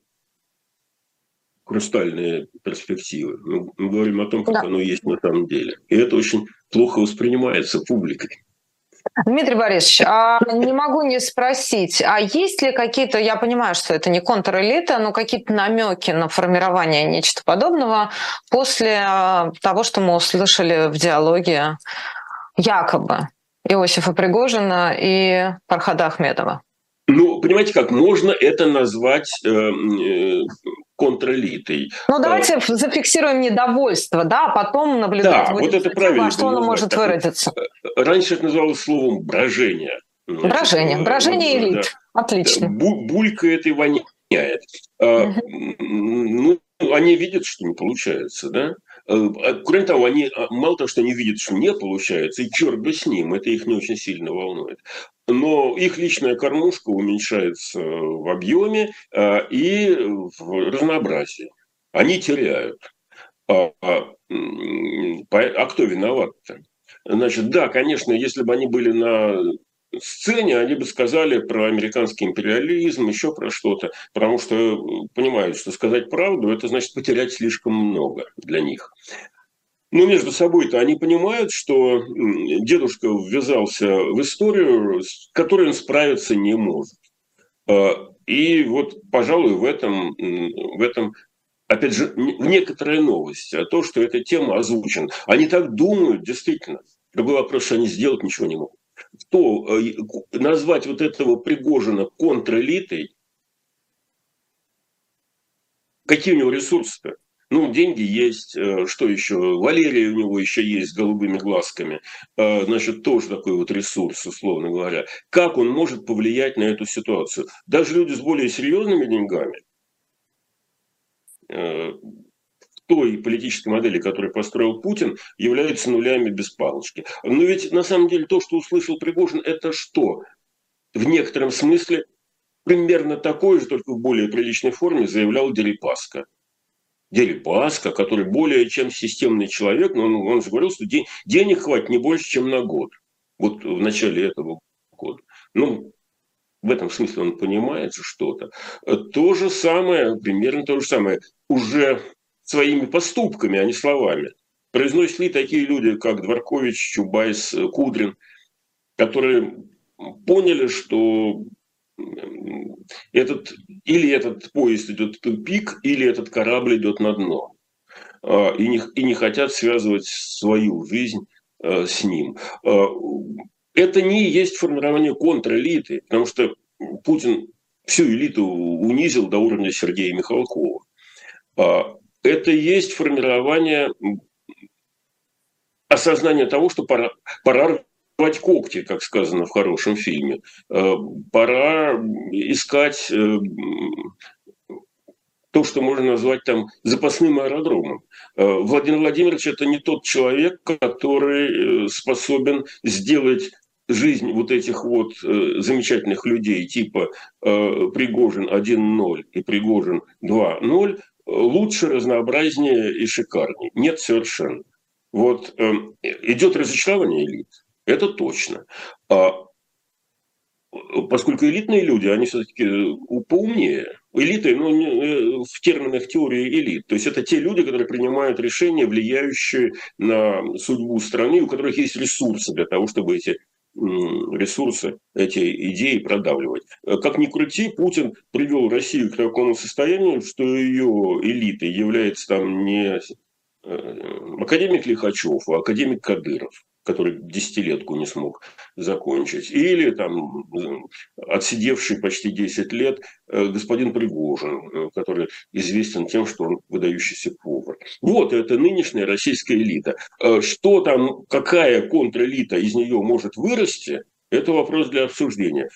хрустальные перспективы. Мы говорим о том, как да. оно есть на самом деле. И это очень плохо воспринимается публикой. Дмитрий Борисович, а не могу не спросить, а есть ли какие-то, я понимаю, что это не контрэлита, но какие-то намеки на формирование нечто подобного после того, что мы услышали в диалоге якобы Иосифа Пригожина и Фархада Ахмедова? Ну, понимаете как, можно это назвать э, э, контрэлитой. Ну, давайте зафиксируем недовольство, да, а потом наблюдать да, будем, вот это правильно, во что оно может так, выразиться. Раньше это называлось словом брожение. Брожение, значит, брожение элит. Да. Отлично. Булькает и воняет. Uh-huh. Ну, они видят, что не получается, да? Кроме того, они, мало того, что они видят, что не получается, и черт бы с ним, это их не очень сильно волнует. Но их личная кормушка уменьшается в объеме и в разнообразии. Они теряют. А, а, а кто виноват-то? Значит, да, конечно, если бы они были на сцене, они бы сказали про американский империализм, еще про что-то, потому что понимают, что сказать правду – это значит потерять слишком много для них. Но между собой-то они понимают, что дедушка ввязался в историю, с которой он справиться не может. И вот, пожалуй, в этом, в этом опять же, некоторая новость, а то, что эта тема озвучена. Они так думают, действительно. Другой вопрос, что они сделать ничего не могут. Кто назвать вот этого Пригожина контрэлитой, какие у него ресурсы-то? Ну, деньги есть, что еще? Валерия у него еще есть с голубыми глазками. Значит, тоже такой вот ресурс, условно говоря. Как он может повлиять на эту ситуацию? Даже люди с более серьезными деньгами, в той политической модели, которую построил Путин, являются нулями без палочки. Но ведь на самом деле то, что услышал Пригожин, это что? В некотором смысле примерно такое же, только в более приличной форме, заявлял Дерипаска. Дерипаска, который более чем системный человек, но он, он же говорил, что день, денег хватит не больше, чем на год. Вот в начале этого года. Ну, в этом смысле он понимает что-то. То же самое, примерно то же самое, уже своими поступками, а не словами. Произносят ли такие люди, как Дворкович, Чубайс, Кудрин, которые поняли, что этот, или этот поезд идет в тупик, или этот корабль идет на дно. И не, и не хотят связывать свою жизнь с ним. Это не есть формирование контрэлиты, потому что Путин всю элиту унизил до уровня Сергея Михалкова. Это есть формирование осознания того, что пора, пора рвать когти, как сказано в хорошем фильме. Пора искать то, что можно назвать там запасным аэродромом. Владимир Владимирович – это не тот человек, который способен сделать жизнь вот этих вот замечательных людей типа Пригожин один ноль и Пригожин два ноль лучше, разнообразнее и шикарнее. Нет, совершенно. Вот идет разочарование элит, это точно. Поскольку элитные люди, они все-таки поумнее. Элиты, ну, в терминах теории элит. То есть это те люди, которые принимают решения, влияющие на судьбу страны, у которых есть ресурсы для того, чтобы эти ресурсы, эти идеи продавливать. Как ни крути, Путин привел Россию к такому состоянию, что ее элитой является там не академик Лихачев, а академик Кадыров, который десятилетку не смог закончить, или там отсидевший почти десять лет господин Пригожин, который известен тем, что он выдающийся повар. Вот это нынешняя российская элита. Что там, какая контрэлита из нее может вырасти, это вопрос для обсуждения.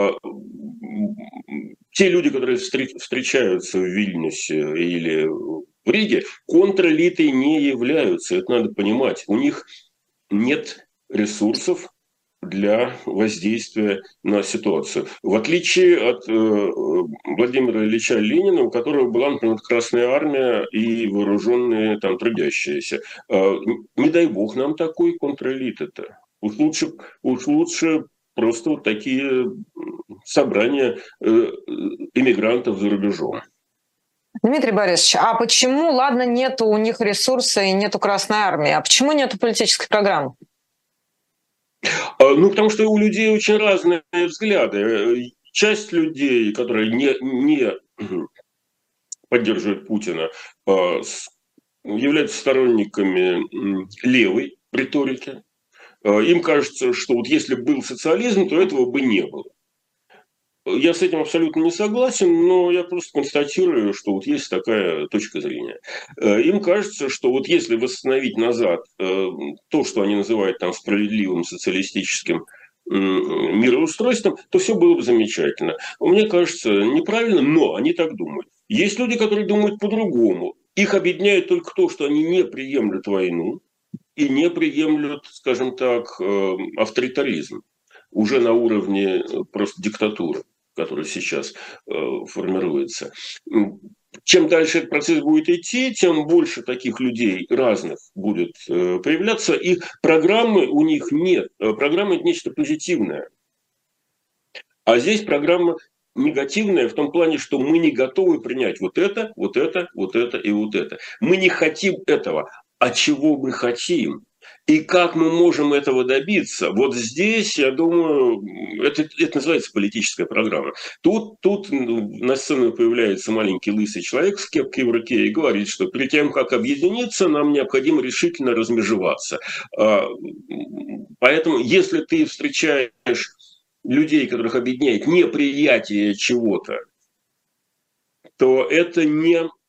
Те люди, которые встречаются в Вильнюсе или в Риге, контрэлитой не являются, это надо понимать. У них нет ресурсов для воздействия на ситуацию. В отличие от э, Владимира Ильича Ленина, у которого была, например, Красная Армия и вооруженные там трудящиеся. Э, не дай бог нам такой контрэлиты-то. Уж лучше, уж лучше просто вот такие собрания э, иммигрантов за рубежом. Дмитрий Борисович, а почему, ладно, нету у них ресурса и нету Красной Армии, а почему нету политической программы? Ну, потому что у людей очень разные взгляды. Часть людей, которые не, не поддерживают Путина, являются сторонниками левой риторики. Им кажется, что вот если был социализм, то этого бы не было. Я с этим абсолютно не согласен, но я просто констатирую, что вот есть такая точка зрения. Им кажется, что вот если восстановить назад то, что они называют там справедливым социалистическим мироустройством, то все было бы замечательно. Мне кажется, неправильно, но они так думают. Есть люди, которые думают по-другому. Их объединяет только то, что они не приемлют войну и не приемлют, скажем так, авторитаризм уже на уровне просто диктатуры, который сейчас э, формируется. Чем дальше этот процесс будет идти, тем больше таких людей разных будет э, появляться. И программы у них нет. Программа – это нечто позитивное. А здесь программа негативная в том плане, что мы не готовы принять вот это, вот это, вот это и вот это. Мы не хотим этого. А чего мы хотим? И как мы можем этого добиться? Вот здесь, я думаю, это, это называется политическая программа. Тут, тут на сцену появляется маленький лысый человек с кепкой в руке и говорит, что перед тем, как объединиться, нам необходимо решительно размежеваться. Поэтому, если ты встречаешь людей, которых объединяет неприятие чего-то, то это не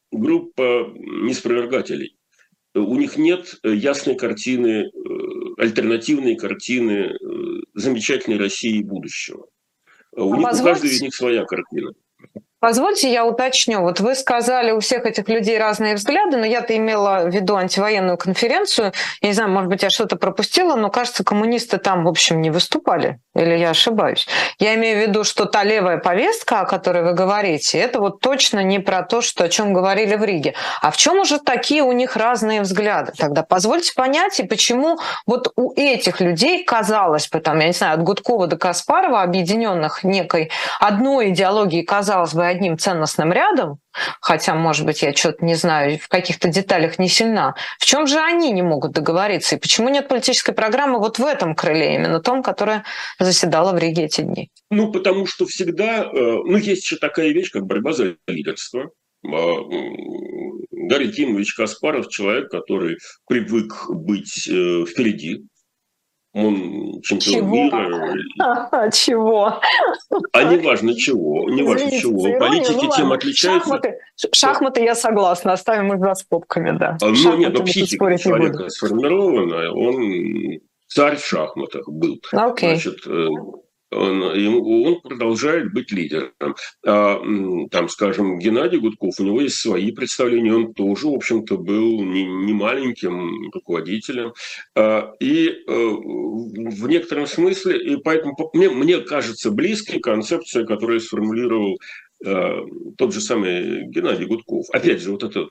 группа неспровергателей. У них нет ясной картины, альтернативной картины замечательной России будущего. У А них у каждого из позвольте, них своя картина. Позвольте, я уточню. Вот вы сказали, у всех этих людей разные взгляды, но я-то имела в виду антивоенную конференцию. Я не знаю, может быть, я что-то пропустила, но, кажется, коммунисты там, в общем, не выступали. Или я ошибаюсь? Я имею в виду, что та левая повестка, о которой вы говорите, это вот точно не про то, что, о чем говорили в Риге. А в чем уже такие у них разные взгляды? Тогда позвольте понять, и почему вот у этих людей, казалось бы, там, я не знаю, от Гудкова до Каспарова, объединенных некой одной идеологией, казалось бы, одним ценностным рядом, хотя, может быть, я что-то не знаю, в каких-то деталях не сильна, в чем же они не могут договориться? И почему нет политической программы вот в этом крыле, именно том, которое заседало в Риге эти дни? Ну, потому что всегда, ну, есть еще такая вещь, как борьба за лидерство. Гарри Кимович Каспаров — человек, который привык быть впереди. Он чемпион Чего? мира. Чего? А не важно чего, не важно Извините чего. за иронию, Политики ну тем ладно. отличаются. Шахматы, шахматы я согласна, оставим их за скобками, да. Ну, нет, но Шахматы тут психика спорить не буду. человека сформирована, он царь в шахматах был. Ну, окей. Значит, он, он продолжает быть лидером. А, там, скажем, Геннадий Гудков, у него есть свои представления, он тоже, в общем-то, был не, не маленьким руководителем. А, и в некотором смысле, и поэтому мне, мне кажется близкой концепция, которую сформулировал тот же самый Геннадий Гудков. Опять же, вот это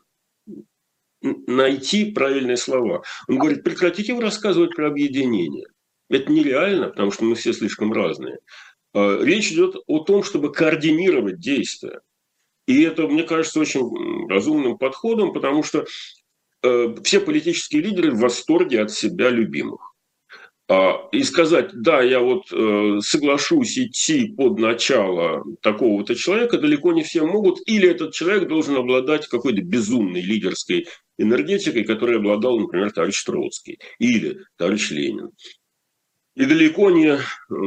найти правильные слова. Он говорит: прекратите вы рассказывать про объединение. Это нереально, потому что мы все слишком разные. Речь идет о том, чтобы координировать действия. И это, мне кажется, очень разумным подходом, потому что все политические лидеры в восторге от себя любимых. И сказать: да, я вот соглашусь идти под начало такого-то человека, далеко не все могут, или этот человек должен обладать какой-то безумной лидерской энергетикой, которой обладал, например, товарищ Троцкий или товарищ Ленин. И далеко не,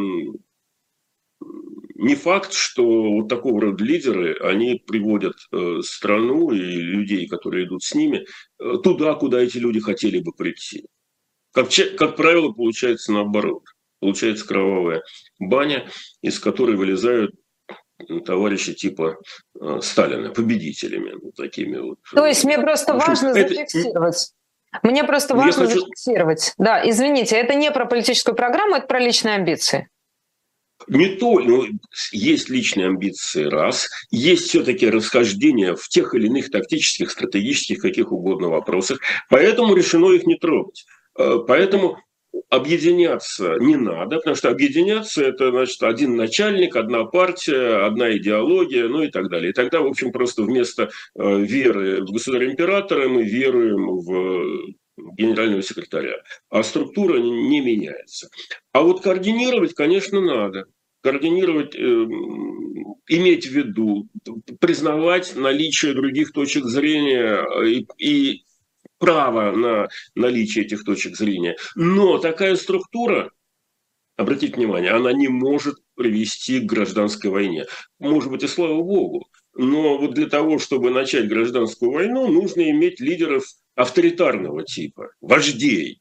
не факт, что вот такого рода лидеры, они приводят страну и людей, которые идут с ними, туда, куда эти люди хотели бы прийти. Как, как правило, получается наоборот. Получается кровавая баня, из которой вылезают товарищи типа э, Сталина победителями. Вот такими вот. То есть мне просто в общем, важно это... зафиксировать. Мне просто Ну, важно хочу... зафиксировать. Да, извините, это не про политическую программу, это про личные амбиции. Не то, ну, есть личные амбиции, раз. Есть все-таки расхождения в тех или иных тактических, стратегических, каких угодно вопросах. Поэтому решено их не трогать. Поэтому объединяться не надо, потому что объединяться — это, значит, один начальник, одна партия, одна идеология, ну и так далее. И тогда, в общем, просто вместо веры в государя-императора мы веруем в генерального секретаря. А структура не меняется. А вот координировать, конечно, надо. Координировать, э, иметь в виду, признавать наличие других точек зрения и, и право на наличие этих точек зрения. Но такая структура, обратите внимание, она не может привести к гражданской войне. Может быть, и слава богу. Но вот для того, чтобы начать гражданскую войну, нужно иметь лидеров авторитарного типа, вождей.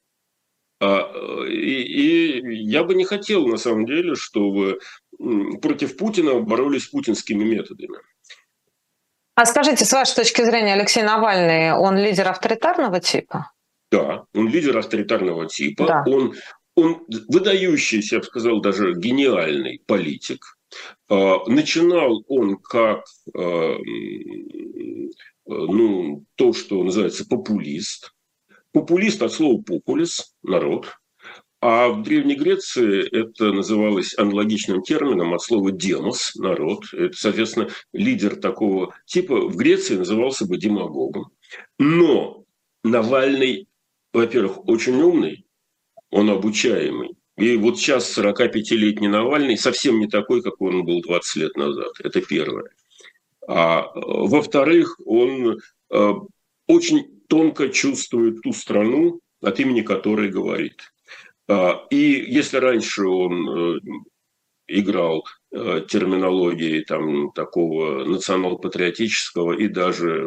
И, и я бы не хотел, на самом деле, чтобы против Путина боролись путинскими методами. А скажите, с вашей точки зрения, Алексей Навальный, он лидер авторитарного типа? Да, он лидер авторитарного типа. Да. Он, он выдающийся, я бы сказал, даже гениальный политик. Начинал он как ну, то, что называется популист. Популист от слова популис, народ. А в Древней Греции это называлось аналогичным термином от слова демос, народ. Это, соответственно, лидер такого типа в Греции назывался бы демагогом. Но Навальный, во-первых, очень умный, он обучаемый. И вот сейчас сорокапятилетний Навальный совсем не такой, какой он был двадцать лет назад. Это первое. А во-вторых, он э, очень тонко чувствует ту страну, от имени которой говорит. И если раньше он играл терминологии там, такого национал-патриотического и даже,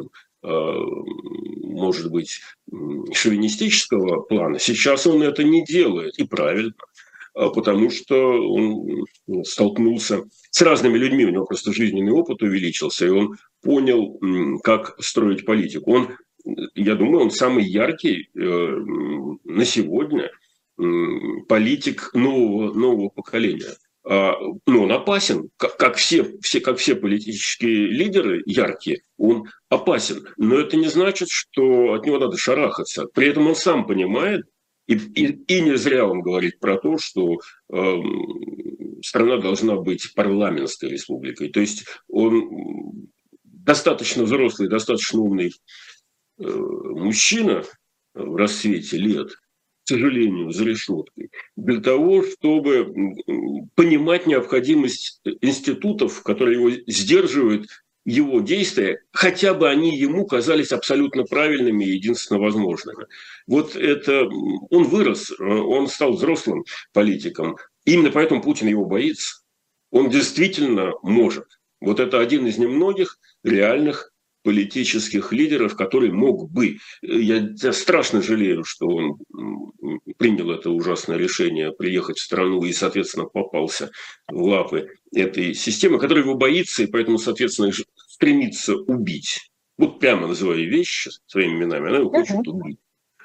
может быть, шовинистического плана. Сейчас он это не делает, и правильно, потому что он столкнулся с разными людьми, у него просто жизненный опыт увеличился, и он понял, как строить политику. Он, я думаю, он самый яркий на сегодня политик нового, нового поколения. Ну, он опасен, как, как, все, все, как все политические лидеры яркие, он опасен. Но это не значит, что от него надо шарахаться. При этом он сам понимает, и, и, и не зря он говорит про то, что э, страна должна быть парламентской республикой. То есть он достаточно взрослый, достаточно умный э, мужчина в расцвете лет, к сожалению, за решеткой, для того, чтобы понимать необходимость институтов, которые его сдерживают, его действия, хотя бы они ему казались абсолютно правильными и единственно возможными. Вот это он вырос, он стал взрослым политиком. Именно поэтому Путин его боится. Он действительно может. Вот это один из немногих реальных политических лидеров, который мог бы. Я, я страшно жалею, что он принял это ужасное решение приехать в страну и, соответственно, попался в лапы этой системы, которая его боится и поэтому, соответственно, стремится убить. Вот прямо называя вещи своими именами, она его хочет убить.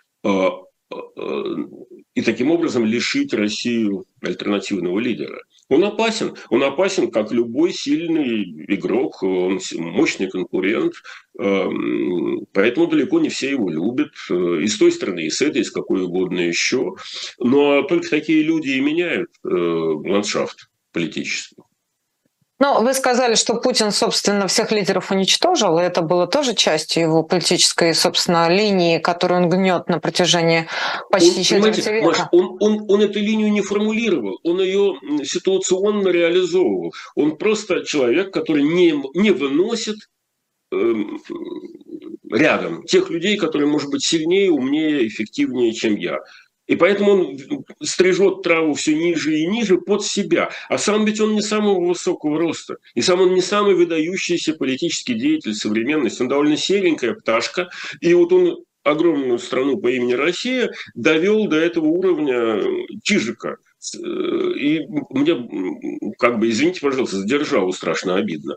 И таким образом лишить Россию альтернативного лидера. Он опасен. Он опасен, как любой сильный игрок, он мощный конкурент, поэтому далеко не все его любят. И с той стороны, и с этой, и с какой угодно еще. Но только такие люди и меняют ландшафт политический. Ну, вы сказали, что Путин, собственно, всех лидеров уничтожил, и это было тоже частью его политической, собственно, линии, которую он гнет на протяжении почти четверти века. Маш, он, он, он эту линию не формулировал, он ее ситуационно реализовывал. Он просто человек, который не, не выносит э, рядом тех людей, которые, может быть, сильнее, умнее, эффективнее, чем я. И поэтому он стрижет траву все ниже и ниже под себя. А сам ведь он не самого высокого роста. И сам он не самый выдающийся политический деятель современности. Он довольно серенькая пташка. И вот он огромную страну по имени Россия довел до этого уровня Чижика. И мне, как бы, извините, пожалуйста, за державу страшно обидно.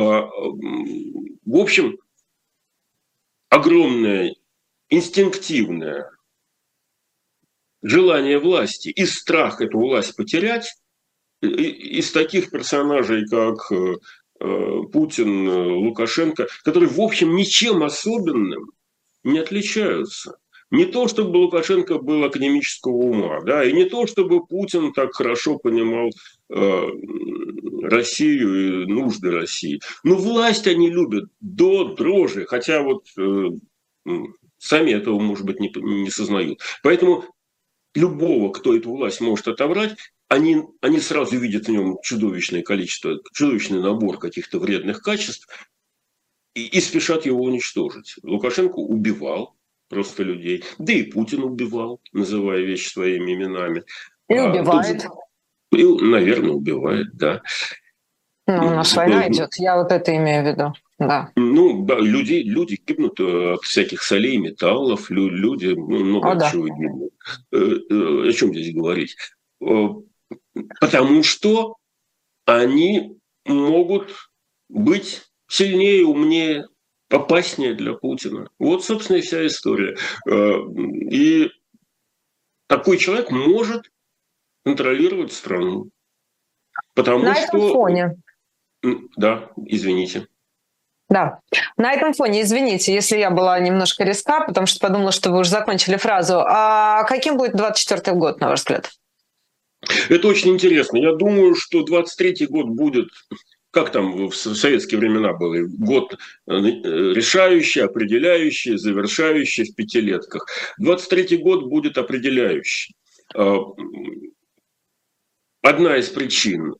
В общем, огромная, инстинктивная желание власти и страх эту власть потерять из таких персонажей, как Путин, Лукашенко, которые, в общем, ничем особенным не отличаются. Не то, чтобы Лукашенко был академического ума, да, и не то, чтобы Путин так хорошо понимал э, Россию и нужды России. Но власть они любят до дрожи, хотя вот э, сами этого, может быть, не, не сознают. Поэтому любого, кто эту власть может отобрать, они, они сразу видят в нем чудовищное количество, чудовищный набор каких-то вредных качеств и, и спешат его уничтожить. Лукашенко убивал просто людей, да и Путин убивал, называя вещи своими именами. И а, убивает. И, наверное, убивает, да. Ну, у нас война идет, я вот это имею в виду. Да. Ну, да, люди, люди гибнут от всяких солей, металлов, люди, ну, много О, чего да. гибнут. О чем здесь говорить? Потому что они могут быть сильнее, умнее, опаснее для Путина. Вот, собственно, и вся история. И такой человек может контролировать страну. Потому На что... этом фоне. Да, извините. Да. На этом фоне, извините, если я была немножко резка, потому что подумала, что вы уже закончили фразу. А каким будет двадцать четвёртый год, на ваш взгляд? Это очень интересно. Я думаю, что двадцать третий год будет, как там в советские времена было, год решающий, определяющий, завершающий в пятилетках. двадцать третий год будет определяющий. Одна из причин,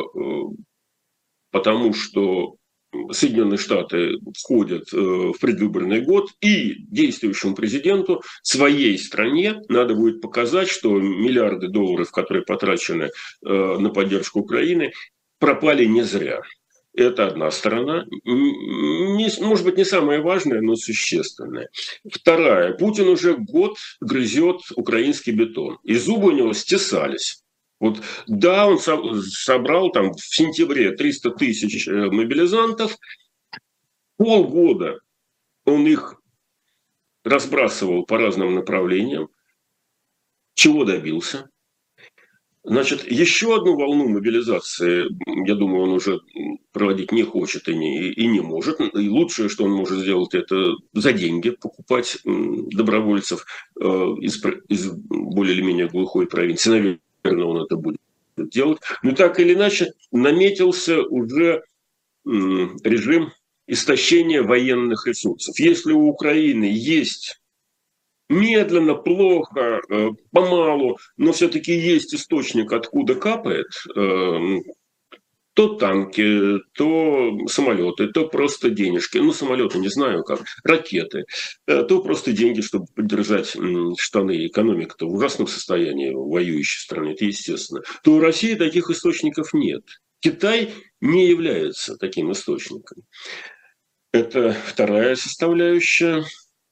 потому что Соединенные Штаты входят в предвыборный год, и действующему президенту, своей стране, надо будет показать, что миллиарды долларов, которые потрачены на поддержку Украины, пропали не зря. Это одна сторона. Не, может быть, не самая важная, но существенная. Вторая. Путин уже год грызет украинский бетон. И зубы у него стесались. Вот, да, он со- собрал там в сентябре триста тысяч э, мобилизантов. Полгода он их разбрасывал по разным направлениям. Чего добился? Значит, еще одну волну мобилизации, я думаю, он уже проводить не хочет и не, и не может. И лучшее, что он может сделать, это за деньги покупать добровольцев э, из, из более или менее глухой провинции. Наверное, он это будет делать. Но так или иначе, наметился уже м, режим истощения военных ресурсов. Если у Украины есть медленно, плохо, помалу, но все-таки есть источник, откуда капает, то танки, то самолеты, то просто денежки. Ну, самолеты, не знаю как, ракеты, то просто деньги, чтобы поддержать штаны. Экономика-то в ужасном состоянии воюющей страны, это естественно. То у России таких источников нет. Китай не является таким источником. Это вторая составляющая.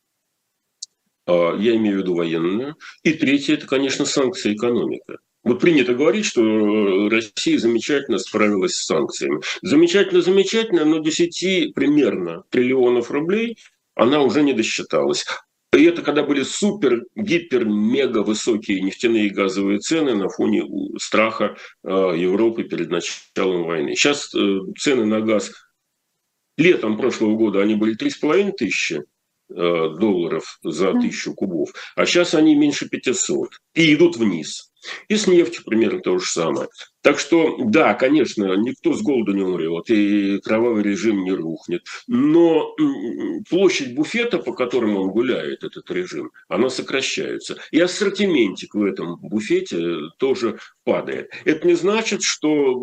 Я имею в виду военную. И третье, это, конечно, санкции, экономика. Вот принято говорить, что Россия замечательно справилась с санкциями. Замечательно, замечательно, но десять примерно триллионов рублей она уже не досчиталась. И это когда были супер, гипер, мега высокие нефтяные и газовые цены на фоне страха Европы перед началом войны. Сейчас цены на газ летом прошлого года они были три с половиной тысячи долларов за тысячу кубов, а сейчас они меньше пятисот и идут вниз. И с нефтью примерно то же самое. Так что, да, конечно, никто с голоду не умрет, и кровавый режим не рухнет. Но площадь буфета, по которым он гуляет, этот режим, она сокращается. И ассортиментик в этом буфете тоже падает. Это не значит, что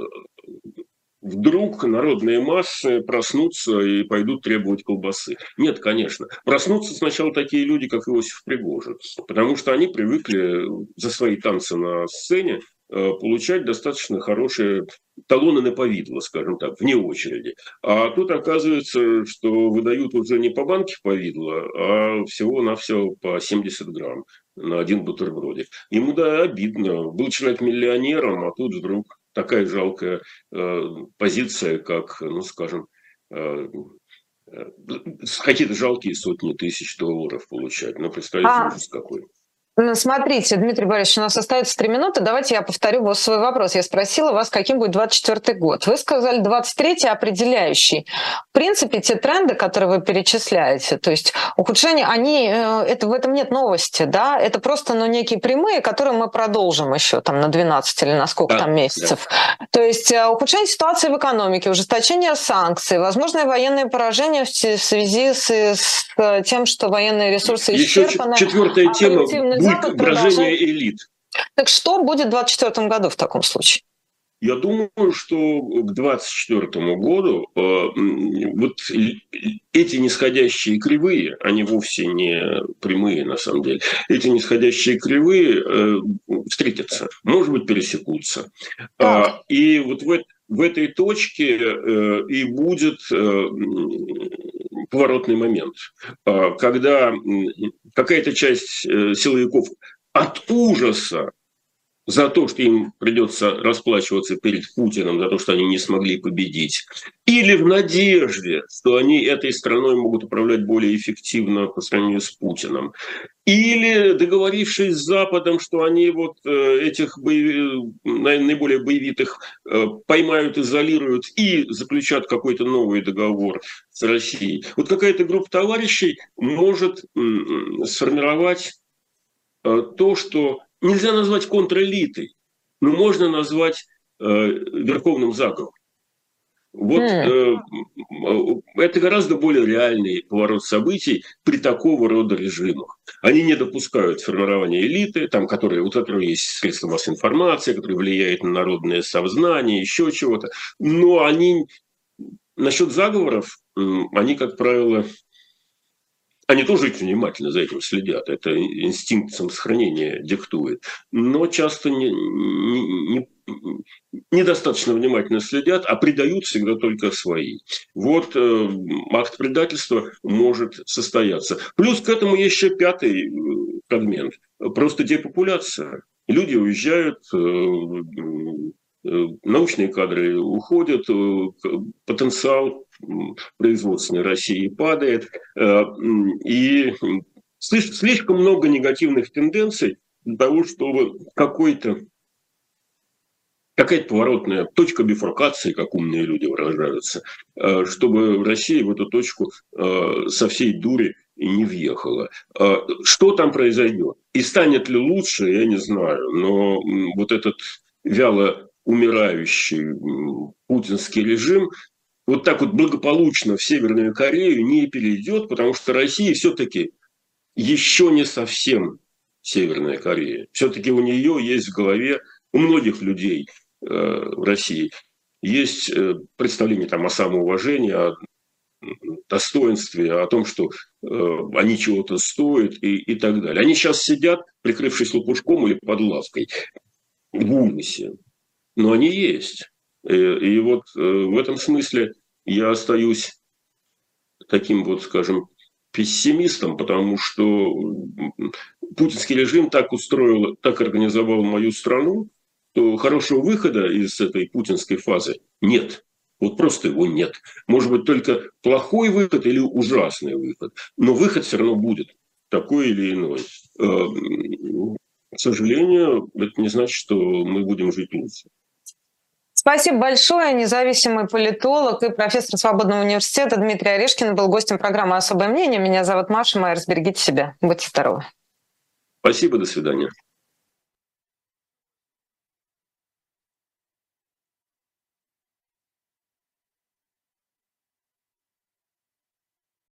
вдруг народные массы проснутся и пойдут требовать колбасы. Нет, конечно. Проснутся сначала такие люди, как Иосиф Пригожин, потому что они привыкли за свои танцы на сцене получать достаточно хорошие талоны на повидло, скажем так, вне очереди. А тут оказывается, что выдают уже не по банке повидла, а всего-навсего по семьдесят грамм на один бутербродик. Ему, да, обидно. Был человек миллионером, а тут вдруг такая жалкая э, позиция, как, ну, скажем, э, э, какие-то жалкие сотни тысяч долларов получать. Ну, представьте, а... ужас какой. Смотрите, Дмитрий Борисович, у нас остается три минуты. Давайте я повторю вас свой вопрос. Я спросила вас, каким будет двадцать четвёртый год. Вы сказали двадцать третий определяющий. В принципе, те тренды, которые вы перечисляете, то есть ухудшение, они, это, в этом нет новости, да? Это просто ну, некие прямые, которые мы продолжим еще там, на двенадцать или на сколько да, там месяцев. Да. То есть ухудшение ситуации в экономике, ужесточение санкций, возможное военное поражение в связи с, с тем, что военные ресурсы еще исчерпаны. Четвертая тема. Брожение элит. Так что будет в двадцать четвёртом году в таком случае? Я думаю, что к двадцать четвёртому году э, вот эти нисходящие кривые, они вовсе не прямые на самом деле, эти нисходящие кривые э, встретятся, может быть, пересекутся. А, и вот в, в этой точке э, и будет э, поворотный момент, э, когда какая-то часть э, силовиков от ужаса за то, что им придется расплачиваться перед Путиным, за то, что они не смогли победить, или в надежде, что они этой страной могут управлять более эффективно по сравнению с Путиным, или договорившись с Западом, что они вот этих боев... наиболее боевитых поймают, изолируют и заключат какой-то новый договор с Россией. Вот какая-то группа товарищей может сформировать то, что нельзя назвать контрэлитой, но можно назвать э, верховным заговором. Вот э, это гораздо более реальный поворот событий при такого рода режимах. Они не допускают формирования элиты, там, которые, у которых есть средства массовой информации, которые влияют на народное сознание, еще чего-то. Но они насчет заговоров, они, как правило, Они тоже очень внимательно за этим следят, это инстинкт самосохранения диктует, но часто не, не, не, недостаточно внимательно следят, а предают всегда только свои. Вот э, акт предательства может состояться. Плюс к этому есть еще пятый фрагмент, просто депопуляция. Люди уезжают, э, научные кадры уходят, потенциал производственной России падает, и слишком много негативных тенденций для того, чтобы какой-то какая-то поворотная точка бифуркации, как умные люди выражаются, чтобы Россия в эту точку со всей дури не въехала. Что там произойдет? И станет ли лучше, я не знаю, но вот этот вяло умирающий путинский режим вот так вот благополучно в Северную Корею не перейдет, потому что Россия все-таки еще не совсем Северная Корея. Все-таки у нее есть в голове, у многих людей э, в России есть э, представление там, о самоуважении, о достоинстве, о том, что э, они чего-то стоят и, и так далее. Они сейчас сидят, прикрывшись лопушком или под лавкой, в ужасе. Но они есть. И, и вот э, в этом смысле я остаюсь таким вот, скажем, пессимистом, потому что путинский режим так устроил, так организовал мою страну, что хорошего выхода из этой путинской фазы нет. Вот просто его нет. Может быть, только плохой выход или ужасный выход. Но выход все равно будет, такой или иной. К сожалению, это не значит, что мы будем жить лучше. Спасибо большое. Независимый политолог и профессор Свободного университета Дмитрий Орешкин был гостем программы «Особое мнение». Меня зовут Маша Майерс. Берегите себя. Будьте здоровы. Спасибо. До свидания.